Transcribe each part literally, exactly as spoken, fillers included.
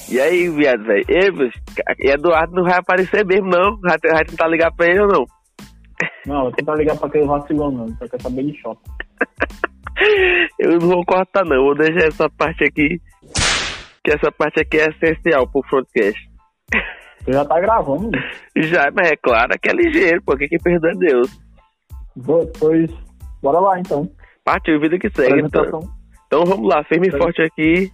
E aí, viado, velho? Eduardo não vai aparecer mesmo, não. Vai, vai tentar ligar pra ele ou não? Não, vou tentar ligar pra aquele vacilão, não. Só quer saber de choque. Eu não vou cortar, não. Vou deixar essa parte aqui. Que essa parte aqui é essencial pro Frontcast. Você já tá gravando, bicho? Já, mas é claro que é ligeiro, pô. Que perdoa é Deus. Pois, bora lá, então. Partiu, vida que segue, então. Então vamos lá, firme e forte aqui.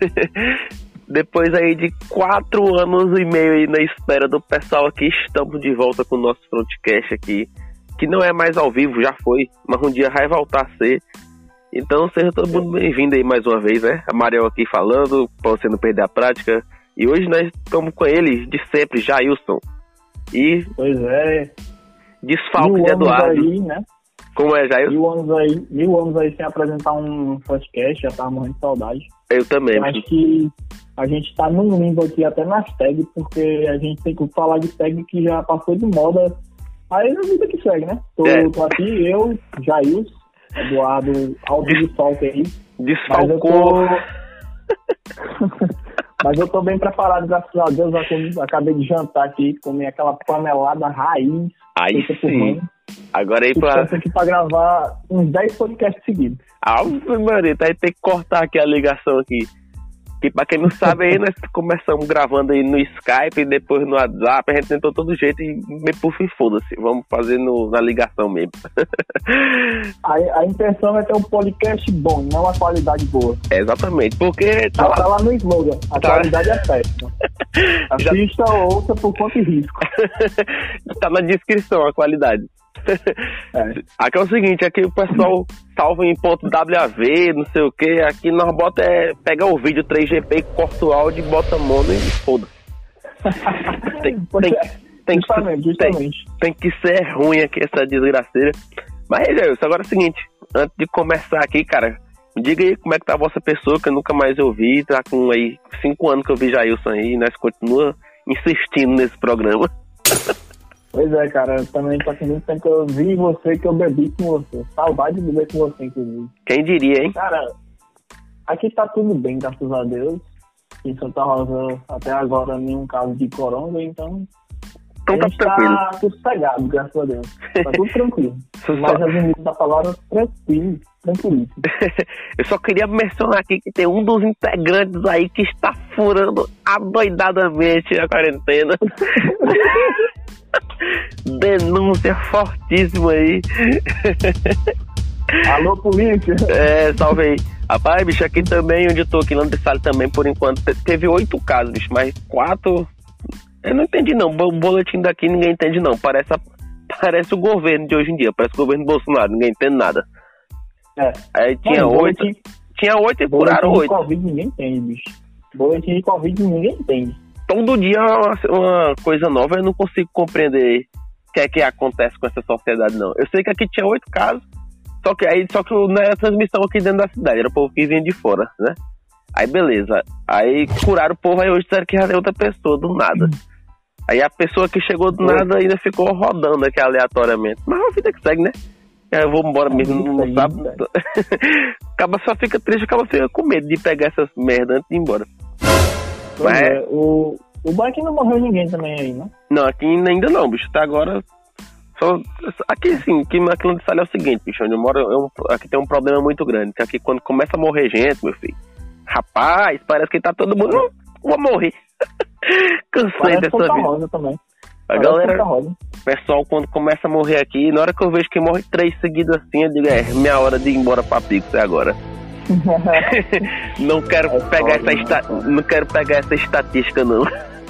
Depois aí de quatro anos e meio aí na espera do pessoal aqui, estamos de volta com o nosso Frontcast aqui, que não é mais ao vivo, já foi, mas um dia vai voltar a ser. Então seja todo mundo bem-vindo aí mais uma vez, né? A Mariel aqui falando, pra você não perder a prática. E hoje nós estamos com ele de sempre, Jailson. E... Pois é. Desfalque de Eduardo. Aí, né? Como é, Jailson? Mil anos aí, mil anos aí sem apresentar um podcast, já tava morrendo de saudade. Eu também. Eu acho que a gente tá num limbo aqui até nas tags, porque a gente tem que falar de tag que já passou de moda. Aí na vida que segue, né? Tô, é. tô aqui, eu, Jailson, Eduardo, alto desfalque aí. Desfalcou. Mas eu tô... Mas eu tô bem preparado, graças a Deus. Eu acabei de jantar aqui, comi aquela panelada raiz. Aí sim. Agora aí pra... Tô aqui pra gravar uns dez podcasts seguidos. Ave Maria, aí tem que cortar aqui a ligação aqui. Que pra quem não sabe aí, nós começamos gravando aí no Skype e depois no WhatsApp. A gente tentou todo jeito e me puxa e foda-se. Vamos fazer no, na ligação mesmo. a, a intenção é ter um podcast bom, não a qualidade boa. É, exatamente, porque... Tá, lá, tá lá no slogan, a tá. qualidade é péssima. Assista Já... ou ouça por conta e risco. Tá na descrição a qualidade. É. Aqui é o seguinte, aqui o pessoal salva em ponto W A V, não sei o que. Aqui nós bota é pegar o vídeo três G P, corta o áudio, bota mono e foda-se. Tem, tem, tem, justamente, justamente. Tem, tem que ser ruim aqui essa desgraceira. Mas é isso, agora é o seguinte, antes de começar aqui, cara, me diga aí como é que tá a vossa pessoa, que eu nunca mais ouvi. Tá com aí cinco anos que eu vi Jailson aí, e nós continuamos insistindo nesse programa. Pois é, cara, também tá com muito tempo que eu vi você, que eu bebi com você. Saudade de beber com você, inclusive. Quem diria, hein? Cara, aqui tá tudo bem, graças a Deus. Em Santa Rosa, até agora, nenhum caso de corona, então... Então tá tranquilo. Tá sossegado, graças a Deus. Tá tudo tranquilo. Mas as limites da palavra, tranquilo, tranquilíssimo. Eu só queria mencionar aqui que tem um dos integrantes aí que está furando adoidadamente a quarentena. Denúncia fortíssima aí. Alô, polícia. É, salve aí. Rapaz, bicho, aqui também, onde eu tô aqui, lá no Salles também, por enquanto, teve oito casos, bicho, mas quatro... Eu não entendi não, o boletim daqui ninguém entende não, parece, a... parece o governo de hoje em dia, parece o governo Bolsonaro, ninguém entende nada. É. Aí tinha Mano, oito, boletim... tinha oito e boletim curaram oito. Boletim de Covid ninguém entende, bicho. Boletim de Covid ninguém entende. Todo dia é uma, uma coisa nova, eu não consigo compreender o que é que acontece com essa sociedade, não. Eu sei que aqui tinha oito casos, só que aí só que não era transmissão aqui dentro da cidade, era o povo que vinha de fora, né? Aí beleza, aí curaram o povo, aí hoje disseram que já é outra pessoa, do nada. Aí a pessoa que chegou do nada ainda ficou rodando aqui aleatoriamente. Mas a vida que segue, né? Eu vou embora mesmo, não, não sabe. Acaba só fica triste, acaba fica com medo de pegar essas merdas antes de ir embora. Mas é, o, o bom é que não morreu ninguém também aí, né? Não, aqui ainda não, bicho. Até agora. Só, aqui sim, aqui na Quilão de Sal é o seguinte, bicho. Onde eu moro, eu, aqui tem um problema muito grande. Que aqui quando começa a morrer gente, meu filho. Rapaz, parece que tá todo mundo. Não, vou morrer. Cansei parece dessa Santa vida. Rosa também. A parece galera, o pessoal, quando começa a morrer aqui, na hora que eu vejo que morre três seguidos assim, eu digo, é minha hora de ir embora pra Pix agora. Não quero é pegar foda, essa esta... não quero pegar essa estatística não.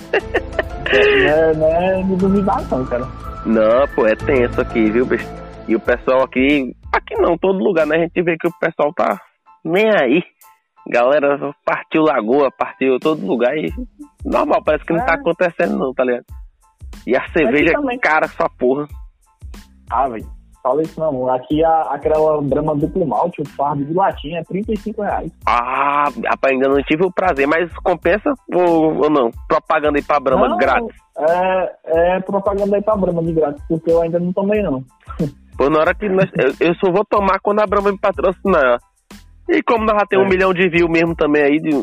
É, não é de duvidar não, cara. Não, pô, é tenso aqui, viu, bicho? E o pessoal aqui, aqui não, todo lugar, né? A gente vê que o pessoal tá nem aí. Galera partiu Lagoa, partiu todo lugar e normal, parece que não é. Tá acontecendo não, tá ligado? E a cerveja é cara essa porra. Ah, velho, fala isso não. Aqui a, aquela Brahma duplo malte, o fardo de latinha é trinta e cinco reais. Ah, rapaz, ainda não tive o prazer, mas compensa ou, ou não? Propaganda aí pra Brahma não, grátis. É, é propaganda aí pra Brahma de grátis, porque eu ainda não tomei não. Pô, na hora que nós, eu, eu só vou tomar quando a Brahma me patrocinar. E como nós já temos é. um milhão de views mesmo também aí, de,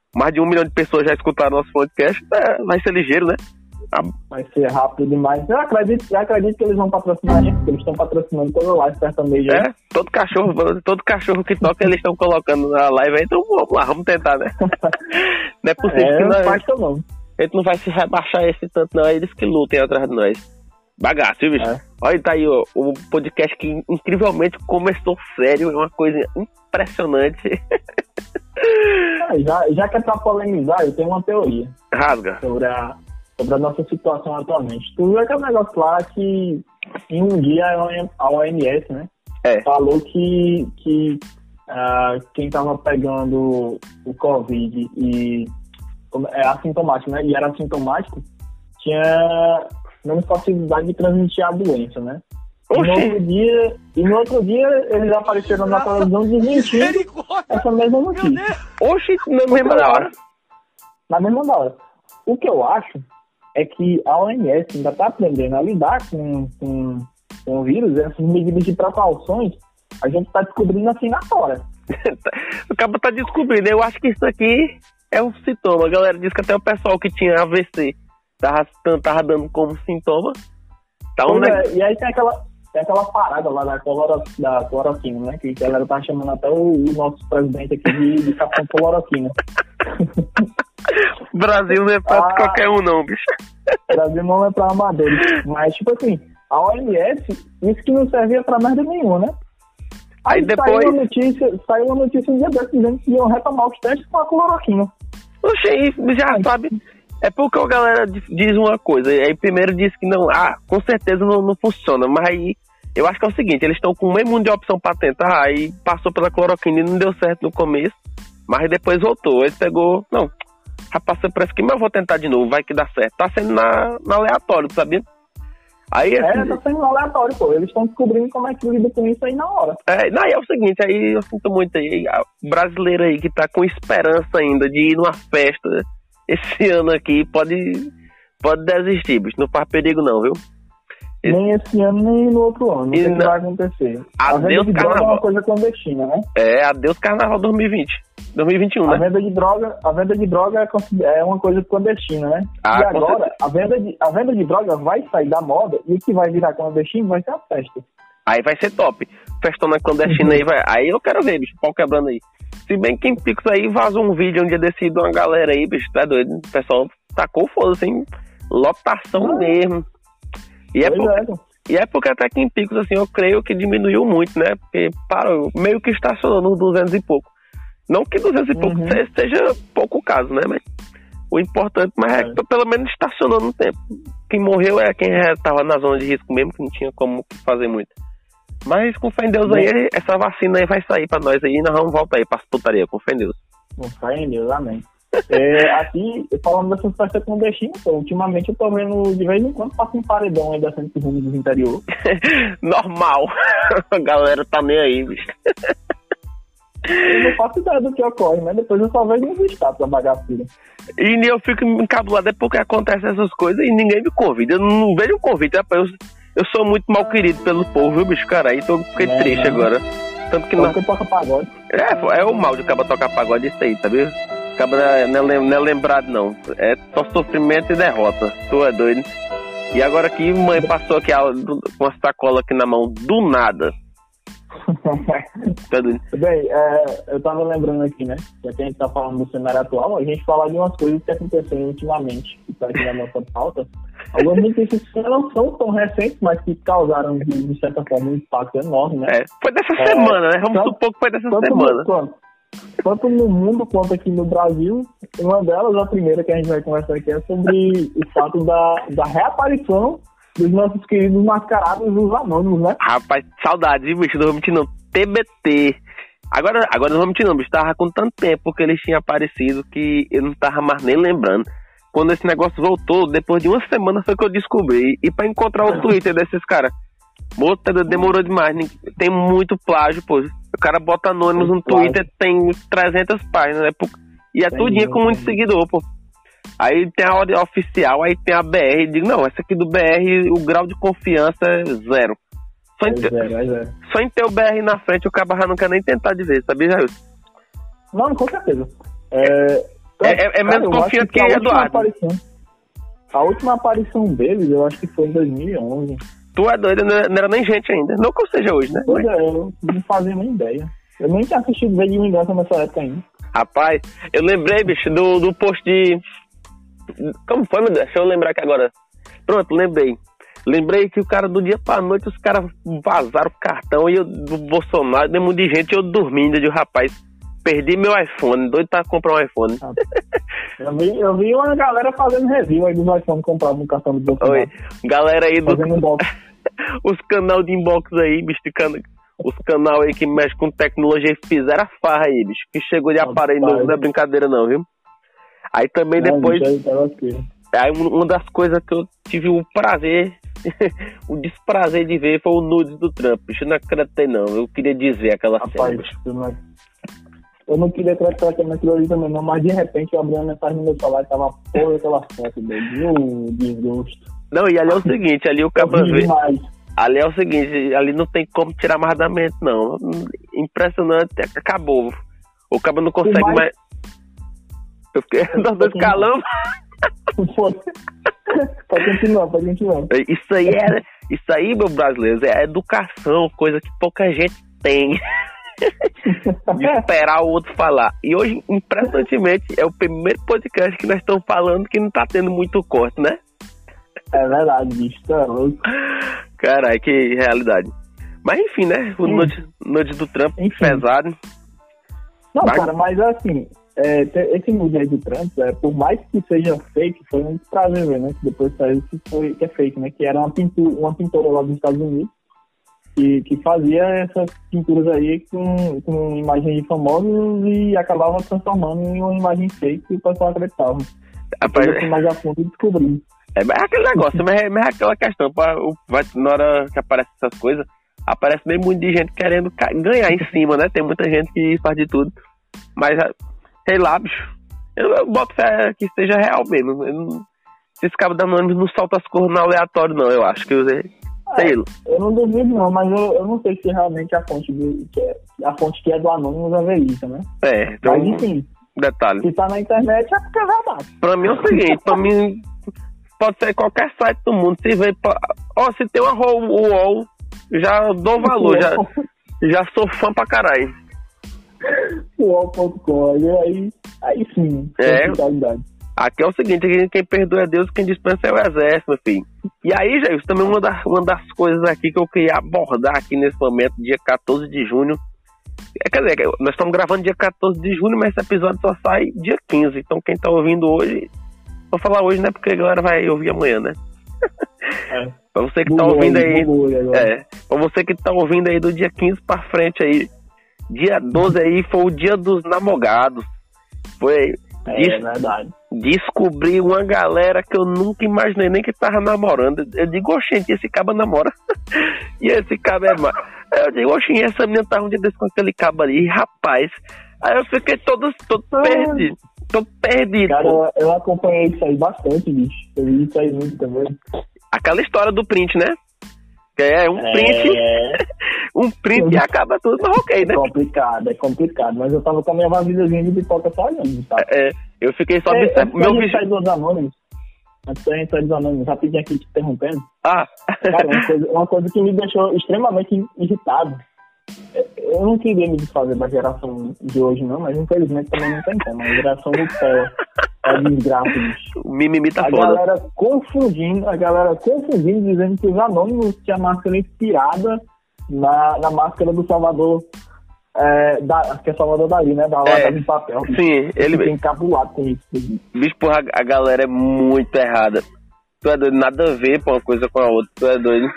mais de um milhão de pessoas já escutaram nosso podcast, é, vai ser ligeiro, né? Vai ser rápido demais. Eu acredito, eu acredito que eles vão patrocinar a gente, porque eles estão patrocinando toda a live sertaneja. É, todo cachorro, todo cachorro que toca eles estão colocando na live aí, então vamos lá, vamos tentar, né? Não é possível é, que nós, não, não. a gente não vai se rebaixar esse tanto, não. É eles que lutem atrás de nós. Bagaço, viu, bicho? É. Olha, tá aí, ó, o podcast que incrivelmente começou sério, é uma coisa impressionante. É, já, já que é pra polemizar, eu tenho uma teoria. Rasga. Sobre a, sobre a nossa situação atualmente. Tu viu aquele negócio lá que em um dia a O M S, né? É. Falou que, que uh, quem tava pegando o Covid e é assintomático, né? E era assintomático, tinha menos possibilidade de transmitir a doença, né? E no, outro dia, e no outro dia eles apareceram na televisão desmentindo essa mesma notícia. Oxi, na mesma hora. Na mesma hora. O que eu acho é que a O M S ainda está aprendendo a lidar com, com, com o vírus, essas medidas de precauções, a gente está descobrindo assim na hora. O cabo tá descobrindo. Eu acho que isso aqui é um sintoma. A galera diz que até o pessoal que tinha A V C tava, tava dando como sintoma. Tá um é, e aí tem aquela, tem aquela parada lá da, cloro, da cloroquina, né? Que a galera tá chamando até o, o nosso presidente aqui de, de capitão cloroquina. Brasil não é pra ah, qualquer um não, bicho. Brasil não é pra amadores. Mas, tipo assim, a O M S disse que não servia pra merda nenhuma, né? Aí, Aí depois... saiu uma notícia, saiu uma notícia um dia desses dizendo que iam retomar os testes com a cloroquina. Oxe, já sabe... É porque a galera diz uma coisa, aí primeiro diz que não, ah, com certeza não, não funciona, mas aí eu acho que é o seguinte, eles estão com um meio mundo de opção pra tentar, aí passou pela cloroquina e não deu certo no começo, mas depois voltou, ele pegou, não, já passou por esse aqui, mas eu vou tentar de novo, vai que dá certo, tá sendo na, na aleatório, sabia? Aí, é, assim, tá sendo aleatório, pô, eles estão descobrindo como é que lida com isso aí na hora. É, não, é o seguinte, aí eu sinto muito aí, o brasileiro aí que tá com esperança ainda de ir numa festa, esse ano aqui pode, pode desistir, bicho. Não faz perigo não, viu? Esse... Nem esse ano, nem no outro ano. Não sei o que vai acontecer. Adeus, carnaval. É uma coisa clandestina, né? É, adeus carnaval dois mil e vinte. dois mil e vinte e um, a né? Venda de droga, a venda de droga é uma coisa clandestina, né? Ah, e agora, a venda, de, a venda de droga vai sair da moda e o que vai virar clandestino vai ser a festa. Aí vai ser top. Festona clandestina aí, vai. Aí eu quero ver, bicho. Pau quebrando aí. Se bem que em Pix aí vazou um vídeo onde decidiu uma galera aí, bicho, tá doido? O pessoal tacou foda, assim, lotação ah, mesmo. E é, por, é. e é porque até que em Pix, assim, eu creio que diminuiu muito, né? Porque parou, meio que estacionou nos duzentos e pouco. Não que duzentos e pouco uhum. seja pouco caso, né? Mas o importante, mas é. é que pelo menos estacionou no tempo. Quem morreu é quem tava na zona de risco mesmo, que não tinha como fazer muito. Mas com fé em Deus aí, essa vacina aí vai sair pra nós aí e nós vamos voltar aí pra putaria, com fé em Deus. Com fé em Deus, amém. é, aqui, falando dessas festas clandestinas, ultimamente eu tô vendo de vez em quando passa um paredão aí descendo pro rumo do interior. Normal. A galera tá nem aí, bicho. Eu não faço ideia do que ocorre, né? Depois eu só vejo nos status da bagaceira. E eu fico encabulado é porque acontecem essas coisas e ninguém me convida. Eu não vejo um convite, rapaz. Eu... Eu sou muito mal querido pelo povo, viu, bicho? Cara, aí tô fiquei é, triste é. agora. Tanto que nós... toca pagode. É, é o mal de acabar tocar pagode, isso aí, tá vendo? Acaba não é, não é lembrado, não. É só sofrimento e derrota. Tu é doido. E agora aqui, mãe passou aqui com uma sacola aqui na mão, do nada. Tá doido? Bem, é, eu tava lembrando aqui, né? Já que a gente tá falando do cenário atual, a gente fala de umas coisas que aconteceram ultimamente, que tá aqui na nossa pauta. Algumas notícias que não são tão recentes, mas que causaram, de, de certa forma, um impacto enorme, né? É, foi dessa é, semana, né? Vamos tanto, supor que foi dessa tanto semana. No, quanto, tanto no mundo quanto aqui no Brasil. Uma delas, a primeira que a gente vai conversar aqui, é sobre o fato da, da reaparição dos nossos queridos mascarados, os anônimos, né? Rapaz, saudade, bicho, não vou mentir não. T B T. Agora, agora não vou mentir não, bicho. Tava com tanto tempo que eles tinham aparecido que eu não tava mais nem lembrando. Quando esse negócio voltou, depois de uma semana foi que eu descobri. E pra encontrar o Twitter desses caras, demorou demais. Tem muito plágio, pô. O cara bota anônimos no Twitter, tem trezentas páginas, né? E é tudinho com muito seguidor, pô. Aí tem a ordem oficial, aí tem a B R. Digo, não, essa aqui do B R, o grau de confiança é zero. Só em, é zero, é zero. Só em ter o B R na frente, o cara não quer nem tentar dizer, sabia, Jair? Não, com certeza. É, É, é, é menos confiante que, que Eduardo. Aparição, a última aparição deles, eu acho que foi em dois mil e onze. Tu é doido, não era nem gente ainda. Não que eu seja hoje, né? Pois é, eu não fazia nem ideia. Eu nem tinha assistido V de Vingança nessa época ainda. Rapaz, eu lembrei, bicho, do, do post de... Como foi, meu Deus? Deixa eu lembrar aqui agora. Pronto, lembrei. Lembrei que o cara, do dia pra noite, os caras vazaram o cartão e eu, do Bolsonaro, deu um monte de gente, eu dormindo, de rapaz, perdi meu iPhone, doido pra comprar um iPhone. Eu vi, eu vi uma galera fazendo review aí dos iPhone comprados no cartão do Bolsonaro. Oi, galera aí do... Fazendo unbox. Os canal de inbox aí, bicho, de cana... os canal aí que mexem com tecnologia fizeram a farra aí, bicho, que chegou de aparelho novo, não é brincadeira não, viu? Aí também não, depois... Bicho, aí uma das coisas que eu tive o prazer, o desprazer de ver foi o nudes do Trump. Bicho, eu não acreditei não, eu queria dizer aquela Rapaz, cena. Eu não, eu não queria acreditar naquilo ali também não, mas de repente eu abri uma mensagem no meu celular e tava porra aquela foto dele, o desgosto. Não, e ali é o seguinte, ali o cabo vê... Ali é o seguinte, ali não tem como tirar mais da mente, não. Impressionante, acabou. O cabo não consegue mais... mais... Eu fiquei nós dois calamos. Pode continuar, pode continuar. Isso aí, é, isso aí, meu brasileiro, é educação, coisa que pouca gente tem. De esperar o outro falar. E hoje, impressionantemente, é o primeiro podcast que nós estamos falando que não tá tendo muito corte, né? É verdade, bicho, tá louco. Caralho, que realidade. Mas enfim, né? O Hum. nude, nude do Trump, Enfim. pesado. Não, Mas... cara, mas assim, é, esse nude aí do Trump, é, por mais que seja fake, foi um prazer ver, né? Que depois saiu que, foi, que é fake, né? Que era uma pintura, uma pintora lá dos Estados Unidos que, que fazia essas pinturas aí com, com imagens de famosos e acabava transformando em uma imagem fake e o pessoal acreditava. Rapaz, eu fui mais a fundo e descobri. É, mas é aquele negócio, mas é, mas é aquela questão, pra, o, vai, na hora que aparece essas coisas, aparece bem muito de gente querendo ca- ganhar em cima, né? Tem muita gente que faz de tudo. Mas, sei lá, bicho, eu, eu boto fé que seja real mesmo. Eu não, esses cabos da Anonymous não soltam as cores no aleatório, não, eu acho que eu sei. É, eu não duvido não, mas eu, eu não sei se realmente a fonte, do, que é, a fonte que é do Anonymous é verídica, né? É, então, mas enfim, detalhe. Se tá na internet é porque é verdade. Pra mim é o seguinte, pra mim pode ser qualquer site do mundo, se vê, ó, se tem uma wall, já dou valor, já, já sou fã pra caralho. uol ponto com, aí, aí sim, é, aqui é o seguinte, quem perdoa é Deus, quem dispensa é o exército, meu filho. E aí, Jair, isso também é uma das, uma das coisas aqui que eu queria abordar aqui nesse momento, dia quatorze de junho. É, quer dizer, nós estamos gravando dia quatorze de junho, mas esse episódio só sai dia quinze. Então quem tá ouvindo hoje, vou falar hoje, né? Porque a galera vai ouvir amanhã, né? É. Pra você que tá ouvindo aí, é, pra você que tá ouvindo aí do dia quinze pra frente aí, dia doze aí foi o dia dos namorados. Foi, é, des- é verdade. Descobri uma galera que eu nunca imaginei nem que tava namorando. Eu digo, oxente, esse caba namora. E esse caba é mais. Eu digo, oxente, essa menina tava um dia desse com aquele caba ali, rapaz. Aí eu fiquei todo, todo ah. perdido. Todo perdido. Cara, eu, eu acompanhei isso aí bastante, bicho. Eu vi isso aí muito também. Aquela história do print, né? Que é um print. É... um print e acaba tudo, mas ok, né? É complicado, é complicado. Mas eu tava com a minha vasilhazinha de pipoca só olhando, tá? É, eu fiquei só... É, observ... Meu vídeo... Sai dos anônimos. Antes da gente sair dos anônimos, rapidinho aqui te interrompendo. Ah! Cara, uma coisa, uma coisa que me deixou extremamente irritado. Eu não queria me desfazer da geração de hoje, não, mas infelizmente também não tem como. A geração do pé é desgraça, bicho. O mimimi tá a foda. A galera confundindo, a galera confundindo, dizendo que os anônimos tinham máscara inspirada na, na máscara do Salvador, é, da, que é Salvador Dali, né? Da Lata é, de Papel. Sim, ele tem encabulado com isso. Bicho, porra, a galera é muito errada. Tu é doido, nada a ver com uma coisa com a outra, tu é doido.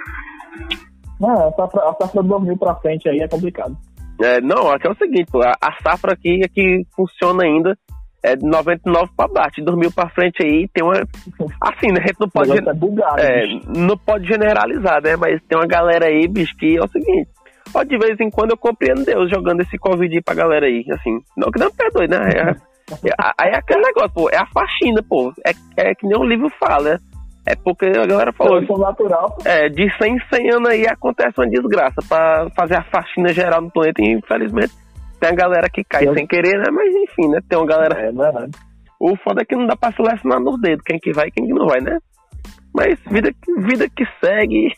Não, a safra, a safra do dois mil pra frente aí é complicado. É, não, aqui é o seguinte, pô, a, a safra aqui é que funciona ainda, é de noventa e nove pra baixo, de dois mil pra frente aí tem uma... Assim, né, a gente não pode... É bugado, é, não pode generalizar, né, mas tem uma galera aí, bicho, que é o seguinte, ó, de vez em quando eu compreendo Deus jogando esse Covid aí pra galera aí, assim, não que não perdoe, né, é, é, aí é aquele negócio, pô, é a faxina, pô, é, é que nem o livro fala, né? É porque a galera falou, natural. É, de cem em cem anos aí acontece uma desgraça pra fazer a faxina geral no planeta e infelizmente tem a galera que cai Eu... sem querer, né? Mas enfim, né? Tem uma galera... É verdade. O foda é que não dá pra selecionar nos dedos quem que vai e quem que não vai, né? Mas vida, vida que segue.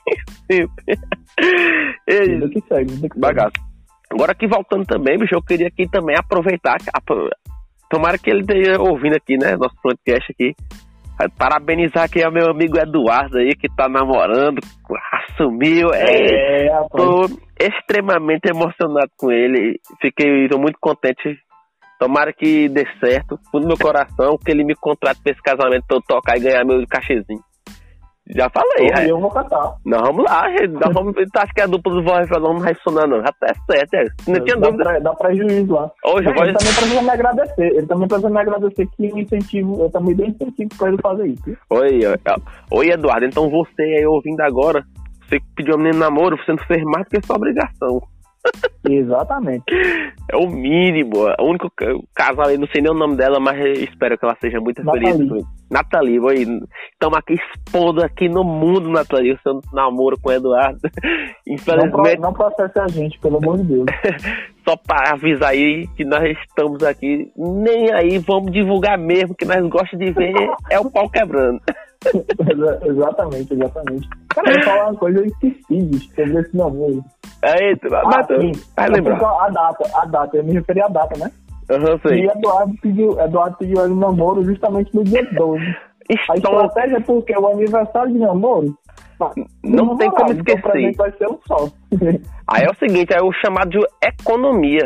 Vida que segue, vida que bagaço. Agora aqui voltando também, bicho, eu queria aqui também aproveitar. Tomara que ele esteja ouvindo aqui, né? Nosso podcast aqui. Parabenizar aqui ao meu amigo Eduardo aí, que tá namorando, assumiu. É, é, tô extremamente emocionado com ele. Fiquei tô muito contente. Tomara que dê certo. Fundo do meu coração, que ele me contrate pra esse casamento pra eu tocar e ganhar meu cachezinho. Já falei. Eu, eu vou cantar. Nós vamos lá, nós vamos. Acho que a dupla do voz e violão não vai funcionar, não. Já tá certo, é. Não eu, tinha dá dúvida. Pra, dá prejuízo lá. Hoje, Mas voz... Ele também precisa me agradecer. Ele também precisa me agradecer que eu incentivo, eu também dei incentivo pra ele fazer isso. Oi, oi, Eduardo. Então você aí ouvindo agora, você que pediu a menina namoro, você não fez mais do que sua obrigação. Exatamente. É o mínimo. O único casal aí, não sei nem o nome dela, mas espero que ela seja muito feliz. Nathalie, oi. Estamos aqui expondo aqui no mundo, Nathalie, o seu namoro com o Eduardo. Infelizmente. Não, não processe a gente, pelo amor de Deus. Só para avisar aí que nós estamos aqui, nem aí, vamos divulgar mesmo, que nós gostamos de ver é o pau quebrando. Exatamente, exatamente. Cara, eu vou falar uma coisa, eu esqueci sobre esse namoro. Aí, tu, ah, mas tu, sim, vai lembrar. A data, a data, eu me referi à data, né? Aham, uhum, sei. E Eduardo pediu, Eduardo pediu ele namoro justamente no dia doze. A estratégia é porque o aniversário de namoro não, não tem como esquecer. Então, pra mim vai ser um só. Aí é o seguinte, é o chamado de economia.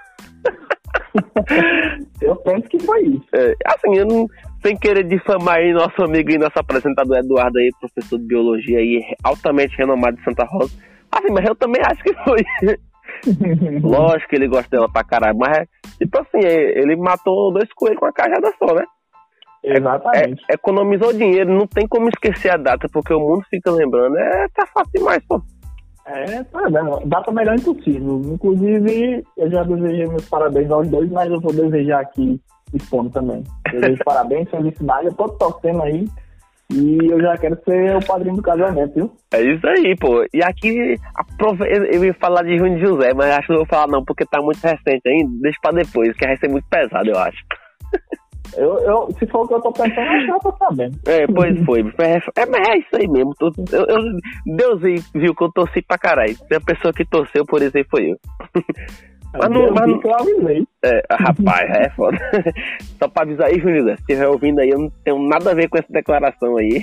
Eu penso que foi isso. É, assim, eu não, sem querer difamar aí nosso amigo e nosso apresentador Eduardo aí, professor de biologia aí, altamente renomado de Santa Rosa. Assim, mas eu também acho que foi. Lógico que ele gosta dela pra caralho, mas tipo assim, ele matou dois coelhos com uma cajada só, né? Exatamente. É, é, economizou dinheiro, não tem como esquecer a data, porque o mundo fica lembrando. É, tá fácil demais, pô. É, tá vendo? Data melhor impossível. Inclusive, eu já desejei meus parabéns aos dois, mas eu vou desejar aqui expondo também. Desejo parabéns, felicidade, eu tô torcendo aí. E eu já quero ser o padrinho do casamento, viu? É isso aí, pô. E aqui, aprove... eu ia falar de Júnior José, mas acho que não vou falar não, porque tá muito recente ainda. Deixa pra depois, que vai ser muito pesado, eu acho. Eu, eu, se for o que eu tô pensando, acho que eu tô sabendo. É, pois foi. É, mas é isso aí mesmo. Eu, eu, Deus viu que eu torci pra caralho. A pessoa que torceu por isso aí foi eu. Mas não, mas não... eu avisei. É, rapaz, é foda. Só pra avisar aí, Júnior, se estiver ouvindo aí, eu não tenho nada a ver com essa declaração aí.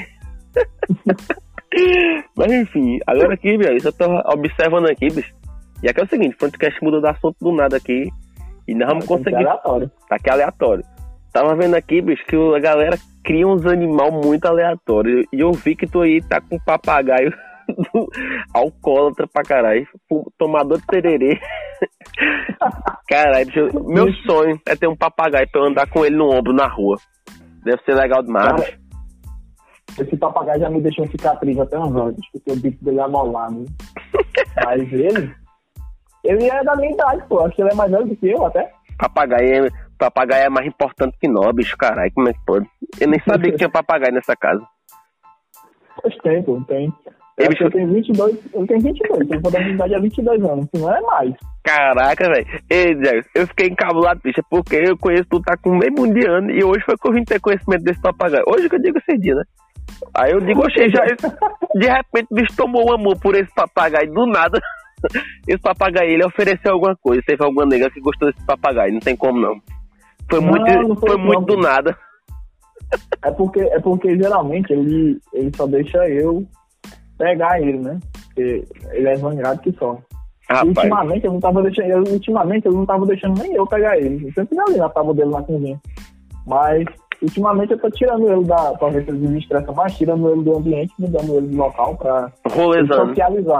Mas enfim, agora aqui, bicho, eu tô observando aqui, bicho. E aqui é o seguinte, o podcast mudou de assunto do nada aqui. E nós vamos conseguir. Tá aleatório. Tá aqui aleatório. Tava vendo aqui, bicho, que a galera cria uns animais muito aleatórios. E eu vi que tu aí tá com um papagaio alcoólatra pra caralho. Tomador de tererê. Caralho, eu... meu sonho é ter um papagaio pra eu andar com ele no ombro na rua. Deve ser legal demais. Cara, esse papagaio já me deixou em cicatriz até uns anos, porque o bicho dele é amolado. Mas ele, ele é da minha idade, pô. Acho que ele é mais velho do que eu até. Papagaio é, papagaio é mais importante que nós, bicho, caralho. Como é que pode? Eu nem sabia que tinha papagaio nessa casa. Pois tem, pô, tem. Eu, bicho... eu tenho vinte e dois, eu tenho vinte e dois, eu vou dar minha idade há vinte e dois anos, se não é mais. Caraca, velho. Ei, Zé, eu fiquei encabulado, bicho, porque eu conheço tu tá com meio mundo de ano e hoje foi que eu vim ter conhecimento desse papagaio. Hoje que eu digo esses dias, né? Aí eu digo, oxe, já, de repente o bicho tomou um amor por esse papagaio, do nada. Esse papagaio, ele ofereceu alguma coisa, teve alguma nega que gostou desse papagaio, não tem como não. Foi não, muito, não foi, foi muito do nada. É porque, é porque geralmente ele, ele só deixa eu pegar ele, né? Porque ele é zangado que só. E ultimamente eu não tava deixando, eu, ultimamente eu não tava deixando nem eu pegar ele. Eu sempre ali na tábua dele na cozinha. Mas ultimamente eu tô tirando ele da, pra ver se ele me estressa mais, tirando ele do ambiente, mudando ele do local pra socializar.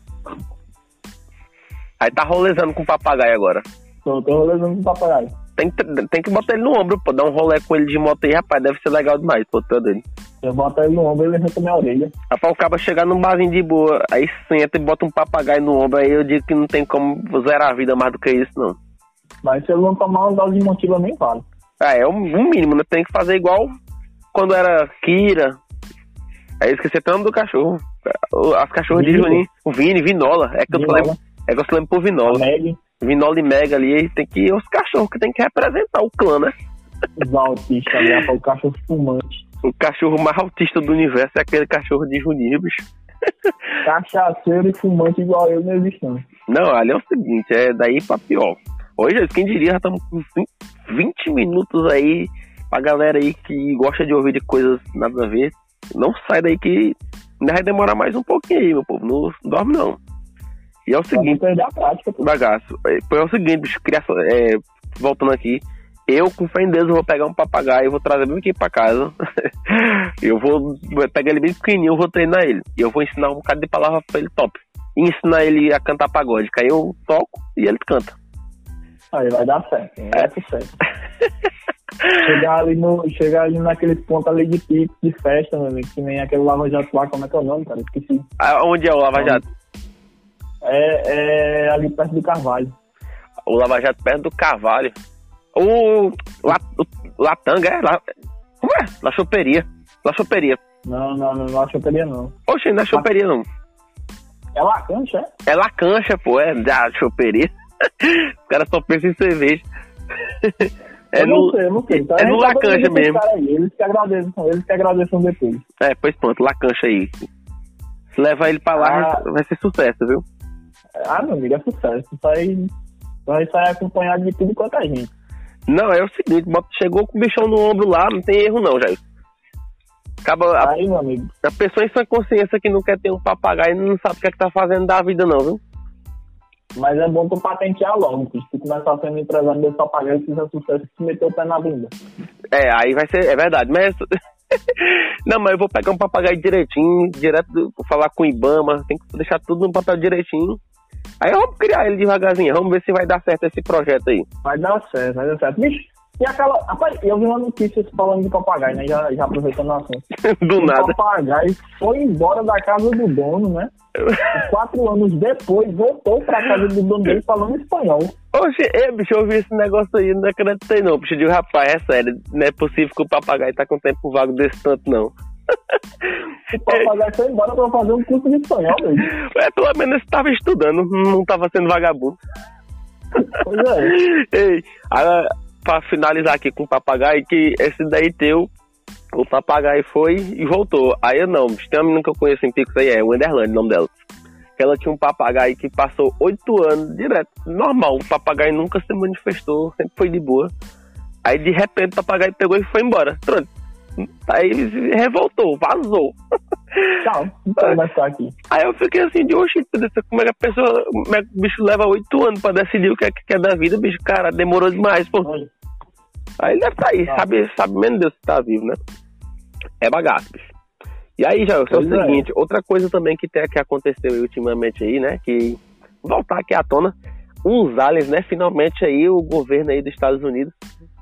Aí tá rolezando com o papagaio agora. Tô, tô rolezando com o papagaio. Tem, tem que botar ele no ombro, pô. Dar um rolê com ele de moto aí, rapaz. Deve ser legal demais, pô, todo ele. Eu boto ele no ombro e ele arranca minha orelha. Rapaz, o cara chegar num barzinho de boa, aí senta e bota um papagaio no ombro, aí eu digo que não tem como zerar a vida mais do que isso, não. Mas se ele não tomar uma dose de motivo, nem vale. Ah, é o mínimo, né? Tem que fazer igual quando era Kira. Aí eu esqueci até o nome do cachorro. As cachorras de Juninho. O Vini, Vinola. É que eu só lembro. É que eu só lembro por Vinola. Vinola e Mega ali, tem que ir os cachorros que tem que representar o clã, né? Os autistas, né? O cachorro fumante. O cachorro mais autista do universo é aquele cachorro de Juninho, bicho. Cachaceiro e fumante igual eu não existam. Não, ali é o seguinte, é daí pra pior. Hoje, quem diria, já estamos com vinte minutos aí pra galera aí que gosta de ouvir de coisas nada a ver. Não sai daí que ainda vai demorar mais um pouquinho aí, meu povo. Não dorme, não. E é o seguinte... perder a prática, pô. Bagaço. É, é o seguinte, bicho, criação, é, voltando aqui... Eu, com fé em Deus, eu vou pegar um papagaio e vou trazer bem aqui pra casa. Eu vou pegar ele bem pequenininho, eu vou treinar ele. E eu vou ensinar um bocado de palavra pra ele top. E ensinar ele a cantar pagode. Que aí eu toco e ele canta. Aí vai dar certo. É sucesso. Chegar ali, no, chegar ali naquele ponto ali de pico, de festa, meu amigo. Que nem aquele Lava Jato lá, como é que é o nome, cara? Esqueci. Ah, onde é o Lava Jato? É, é ali perto do Carvalho. O Lava Jato perto do Carvalho. O, La, o Latanga, é? La, como é? La Choperia. La Choperia. Não, não, não, não é choperia, não. Oxe, não é choperia, não. É Lacancha, é? É Lacancha, pô, é da choperia. Os caras só pensam em cerveja. É eu no, não sei, eu não sei. Então, é no Lacancha mesmo. Aí, eles que agradeçam, eles que agradeçam depois. É, pois pronto, Lacancha aí. Se levar ele pra lá, ah, vai ser sucesso, viu? Ah, meu amigo, é sucesso. Isso aí vai sair acompanhado de tudo quanto a gente. Não, é o seguinte, chegou com o bichão no ombro lá, não tem erro não, Jair. Acaba a, aí, meu amigo. A pessoa em sua consciência que não quer ter um papagaio não sabe o que é que tá fazendo da vida não, viu? Mas é bom tu patentear logo, porque se tu começar sendo empresário desse papagaio, se fizer sucesso, tu meteu o pé na bunda. É, aí vai ser, é verdade, mas... Não, mas eu vou pegar um papagaio direitinho, direto, vou falar com o Ibama, tem que deixar tudo no papel direitinho. Aí vamos criar ele devagarzinho, vamos ver se vai dar certo esse projeto aí. Vai dar certo, vai dar certo. Bicho, e aquela... Rapaz, eu vi uma notícia falando de papagaio, né? Já, já aproveitando o assunto. Do o nada. O papagaio foi embora da casa do dono, né? E quatro anos depois, voltou pra casa do dono dele falando espanhol. Oxe, é, bicho, eu vi esse negócio aí, não acreditei não. Bicho, eu digo, rapaz, é sério, não é possível que o papagaio tá com tempo vago desse tanto, não. O papagaio foi embora pra fazer um curso de espanhol, mesmo. É, pelo menos ele tava estudando, não tava sendo vagabundo. Pois é. Ei, agora, pra finalizar aqui com o papagaio, que esse daí teu, o papagaio foi e voltou. Aí eu não, bicho, tem uma menina que eu conheço em Pix aí, é o Enderlane, o nome dela. Ela tinha um papagaio que passou oito anos direto, normal, o papagaio nunca se manifestou, sempre foi de boa. Aí de repente o papagaio pegou e foi embora, pronto. Aí revoltou, vazou. Tchau, então vai ficar aqui. Aí eu fiquei assim, de oxe, como é que a pessoa, como é que o bicho leva oito anos pra decidir o que é que quer da vida, bicho, cara, demorou demais, pô. Oi. Aí ele deve estar aí, ah. sabe, sabe menos Deus que tá vivo, né? É bagaço, bicho. E aí, já, é o seguinte, é. outra coisa também que, tem, que aconteceu ultimamente aí, né, que voltar aqui à tona, uns aliens, né, finalmente aí o governo aí dos Estados Unidos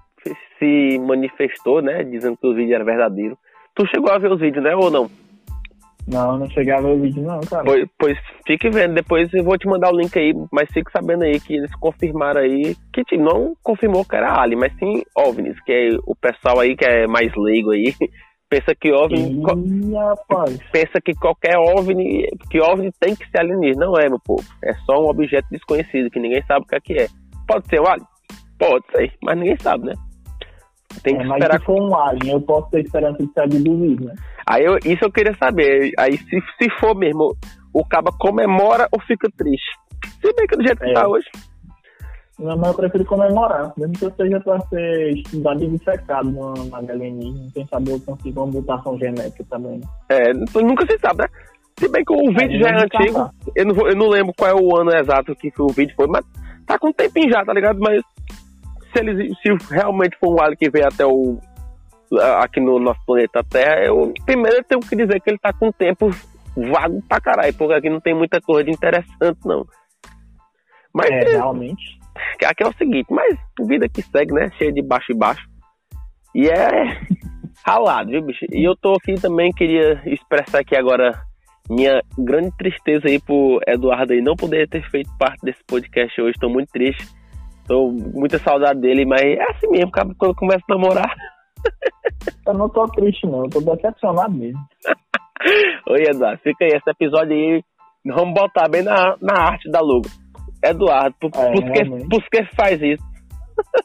se manifestou, né, dizendo que os vídeos eram verdadeiros. Tu chegou a ver os vídeos, né, ou não? Não, não cheguei a ver o vídeo não, cara. Pois, pois fique vendo, depois eu vou te mandar o link aí, mas fique sabendo aí que eles confirmaram aí, que tipo, não confirmou que era alien, mas sim OVNIs, que é o pessoal aí que é mais leigo aí, pensa que OVNI... Ih, rapaz. Pensa que qualquer OVNI, que OVNI tem que ser alienígena, não é, meu povo. É só um objeto desconhecido, que ninguém sabe o que é que é. Pode ser um alien? Pode ser, mas ninguém sabe, né? Tem que é, esperar. Mas se for um alien, eu posso ter esperança de ser abduzido, né? Aí eu, isso eu queria saber. Aí se, se for mesmo, o caba comemora ou fica triste? Se bem que do jeito que é. tá hoje. Não, mas eu prefiro comemorar. Mesmo que eu seja pra ser estudado e dissecado na alienígena. Quem sabe eu consigo uma mutação genética também. É, nunca se sabe, né? Se bem que o vídeo é, já é antigo. Eu não, eu não lembro qual é o ano exato que o vídeo foi, mas tá com um tempinho já, tá ligado? Mas se, ele, se realmente for um alien que veio até o aqui no nosso planeta Terra, eu primeiro eu tenho que dizer que ele tá com um tempo vago pra caralho, porque aqui não tem muita coisa de interessante, não. Mas é, é, realmente. Aqui é o seguinte, mas vida que segue, né? Cheia de baixo e baixo. E é ralado, viu, bicho? E eu tô aqui também, queria expressar aqui agora minha grande tristeza aí por Eduardo aí não poder ter feito parte desse podcast hoje. Tô muito triste. Tô muita saudade dele, mas é assim mesmo, quando começa a namorar. Eu não tô triste, não. Eu tô decepcionado mesmo. Oi, Eduardo. Fica aí. Esse episódio aí, vamos botar bem na, na arte da logo. Eduardo, por, é, por, que, por que faz isso?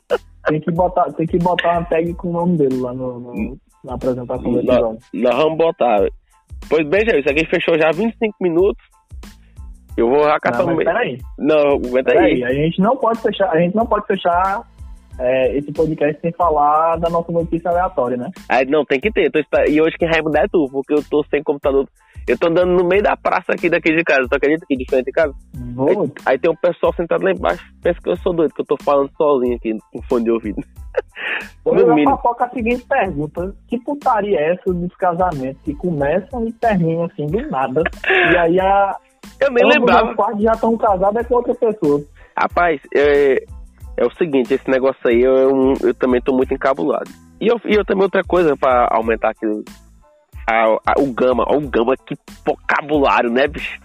Tem que botar, tem que botar uma tag com o nome dele lá no, no, na apresentação do episódio. Nós vamos botar. Pois bem, gente, isso aqui fechou já vinte e cinco minutos. Eu vou acatar no meio. Peraí. Não, aguenta aí. A gente não pode fechar, a gente não pode fechar é, esse podcast sem falar da nossa notícia aleatória, né? Aí, não, tem que ter. Tô, e hoje quem vai mudar é tu, porque eu tô sem computador. Eu tô andando no meio da praça aqui daqui de casa. Tu acredita aqui de frente de casa? Vou. Aí, aí tem um pessoal sentado lá embaixo. Pensa que eu sou doido, que eu tô falando sozinho aqui com fone de ouvido. Eu ia papoca a seguinte pergunta: que putaria é essa dos casamentos que começam e terminam assim do nada? E aí a. Eu nem lembrava. Os pais já estão casados é com outra pessoa. Rapaz, é, é o seguinte: esse negócio aí eu, eu, eu também tô muito encabulado. E eu, e eu também outra coisa pra aumentar aqui. A, a, o gama, ó, o gama, que vocabulário, né, bicho?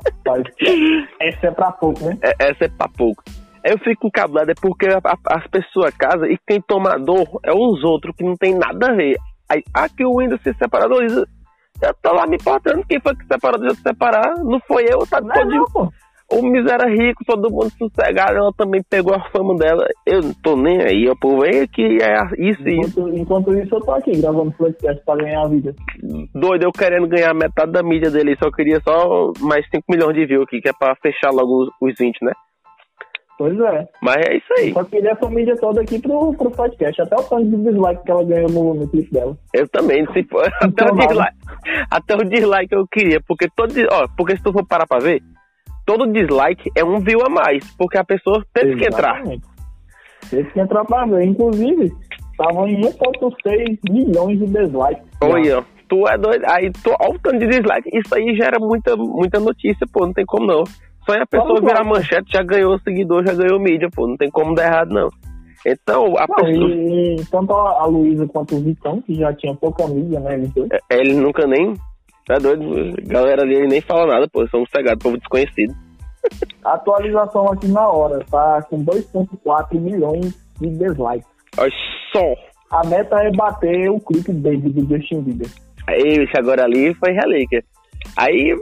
Essa é pra pouco, né? É, essa é pra pouco. Eu fico encabulado, é porque a, a, as pessoas casam e quem toma dor é os outros que não tem nada a ver. Aí, ah, que o Windows se separou, eu tô lá me importando, quem foi que separou, deixa eu se separar, não foi eu, tá não todo é não, pô. O miséria rico, todo mundo sossegado, ela também pegou a fama dela. Eu não tô nem aí, o povo é que é isso e isso. Enquanto, enquanto isso, eu tô aqui gravando podcast pra ganhar a vida. Doido, eu querendo ganhar metade da mídia dele, só queria só mais cinco milhões de views aqui, que é pra fechar logo os, os vinte, né? Pois é. Mas é isso aí. Eu só queria a mídia toda aqui pro, pro podcast, até o tanto de dislike que ela ganhou no, no clipe dela. Eu também, se for, até, o dislike, até o dislike eu queria, porque todo, ó, porque se tu for parar pra ver, todo dislike é um view a mais, porque a pessoa teve que entrar. Teve que entrar pra ver. Inclusive, estavam em um vírgula seis milhões de dislikes. Olha, tu é doido. Aí, tu, olha o tanto de dislike. Isso aí gera muita, muita notícia, pô. Não tem como não. Só em a pessoa Claro, virar claro. manchete, já ganhou seguidor, já ganhou mídia, pô. Não tem como dar errado, não. Então, a Não, pessoa... e, e tanto a Luísa quanto o Vitão, que já tinha pouca mídia, né? Eles dois. É, ele nunca nem... Tá doido? Galera ali, ele nem fala nada, pô. Somos cegados, povo desconhecido. A atualização aqui na hora tá com dois vírgula quatro milhões de dislikes. Olha só. A meta é bater o clipe Baby do Justin Bieber. Aí, bicho, agora ali foi relíquia. Aí,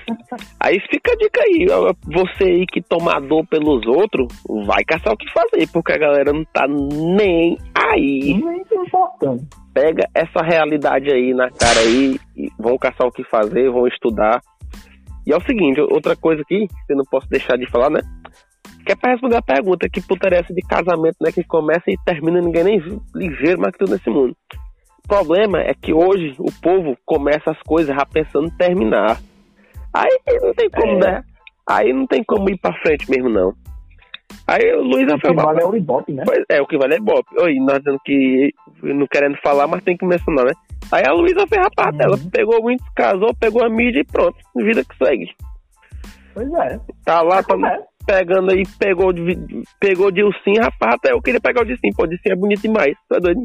aí fica a dica aí. Você aí que toma dor pelos outros, vai caçar o que fazer, porque a galera não tá nem aí. Muito importante. Pega essa realidade aí na cara aí, e vão caçar o que fazer, vão estudar. E é o seguinte, outra coisa aqui, que eu não posso deixar de falar, né? Que é pra responder a pergunta, que putaria essa de casamento, né? Que começa e termina, ninguém nem ligeiro mais que tudo nesse mundo. O problema é que hoje o povo começa as coisas já pensando em terminar. Aí não tem como, é. né? Aí não tem como ir pra frente mesmo, não. Aí o Luiz O que vale é o Ibope, né? Pois é, o que vale é Ibope. Oi, nós dizendo que não querendo falar, mas tem que mencionar, né? Aí a Luísa fez a parte dela, Uhum. pegou muito, casou, pegou a mídia e pronto. Vida que segue. Pois é. Tá lá, É tá como é. pegando aí, pegou de pegou de Dilcinho, rapaz, até eu queria pegar o Dilcinho, pô, Dilcinho é bonito demais, tá doido?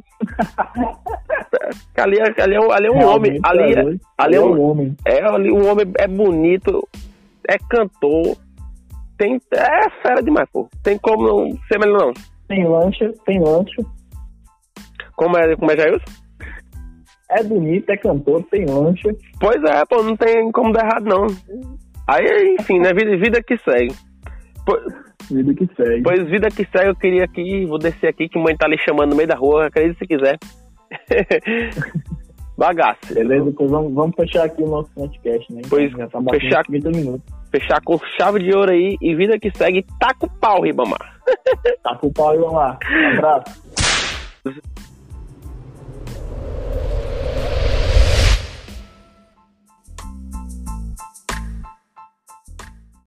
ali, é- ali, é, um- ali é um homem, Realmente, ali é é, doido. ali é É um um homem. É, ali o homem é bonito, é cantor, tem, é fera demais, pô. Tem como não ser melhor, não. Tem lancha, tem lancha. Como é, como é, Jailson? É bonito, é cantor, tem lancha. Pois é, pô, não tem como dar errado, não. Aí, enfim, né, vida, vida que segue. Pois, Vida que segue. pois vida que segue, eu queria aqui, vou descer aqui, que a mãe tá ali chamando no meio da rua, acredite se quiser. Bagaço. Beleza, depois vamos, vamos fechar aqui o nosso podcast, né? Pois, já tá batendo fechar- trinta minutos. Fechar com chave de ouro aí e vida que segue, taca o pau, Ribamar. Tá com o pau e vamos lá. Um abraço.